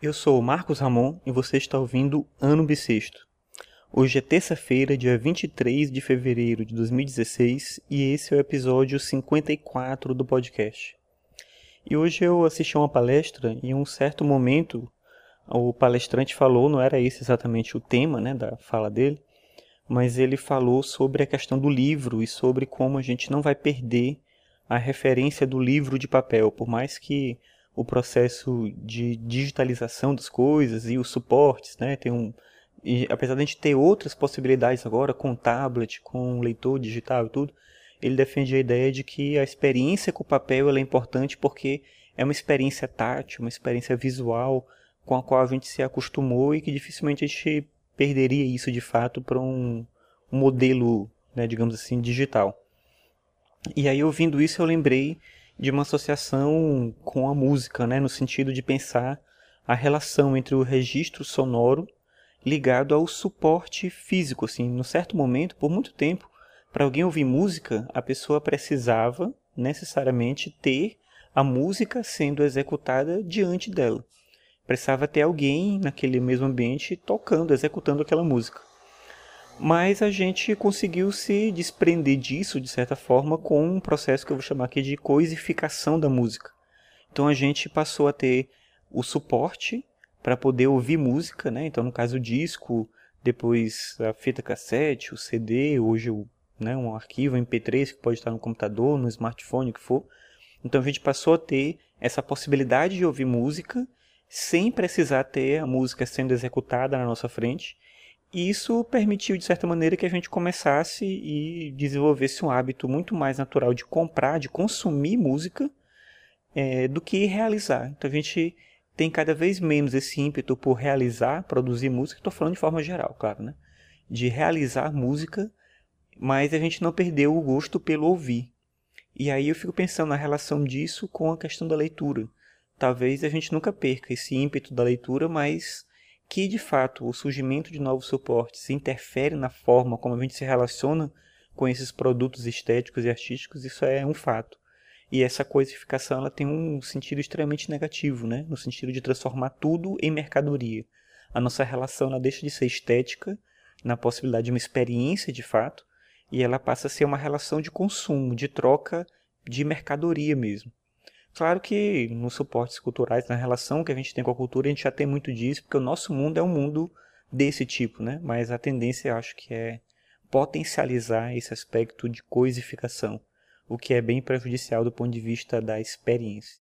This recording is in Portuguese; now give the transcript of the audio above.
Eu sou o Marcos Ramon e você está ouvindo Ano Bissexto. Hoje é terça-feira, dia 23 de fevereiro de 2016 e esse é o episódio 54 do podcast. E hoje eu assisti a uma palestra e em um certo momento o palestrante falou, não era esse exatamente o tema, da fala dele, mas ele falou sobre a questão do livro e sobre como a gente não vai perder a referência do livro de papel, por mais que o processo de digitalização das coisas e os suportes, e apesar de a gente ter outras possibilidades agora com tablet, com leitor digital e tudo, ele defende a ideia de que a experiência com o papel ela é importante porque é uma experiência tátil, uma experiência visual com a qual a gente se acostumou e que dificilmente a gente perderia isso de fato para um modelo, digamos assim, digital. E aí, ouvindo isso, eu lembrei de uma associação com a música, no sentido de pensar a relação entre o registro sonoro ligado ao suporte físico. Assim, num certo momento, por muito tempo, para alguém ouvir música, a pessoa precisava necessariamente ter a música sendo executada diante dela. Precisava ter alguém naquele mesmo ambiente tocando, executando aquela música. Mas a gente conseguiu se desprender disso, de certa forma, com um processo que eu vou chamar aqui de coisificação da música. Então a gente passou a ter o suporte para poder ouvir música, Então, no caso, o disco, depois a fita cassete, o CD, hoje um arquivo MP3 que pode estar no computador, no smartphone, o que for. Então a gente passou a ter essa possibilidade de ouvir música sem precisar ter a música sendo executada na nossa frente. E isso permitiu, de certa maneira, que a gente começasse e desenvolvesse um hábito muito mais natural de comprar, de consumir música, do que realizar. Então a gente tem cada vez menos esse ímpeto por realizar, produzir música. Estou falando de forma geral, claro, de realizar música, mas a gente não perdeu o gosto pelo ouvir. E aí eu fico pensando na relação disso com a questão da leitura. Talvez a gente nunca perca esse ímpeto da leitura, mas que de fato o surgimento de novos suportes interfere na forma como a gente se relaciona com esses produtos estéticos e artísticos, isso é um fato. E essa coisificação ela tem um sentido extremamente negativo, no sentido de transformar tudo em mercadoria. A nossa relação ela deixa de ser estética, na possibilidade de uma experiência de fato, e ela passa a ser uma relação de consumo, de troca de mercadoria mesmo. Claro que nos suportes culturais, na relação que a gente tem com a cultura, a gente já tem muito disso, porque o nosso mundo é um mundo desse tipo, Mas a tendência, eu acho que é potencializar esse aspecto de coisificação, o que é bem prejudicial do ponto de vista da experiência.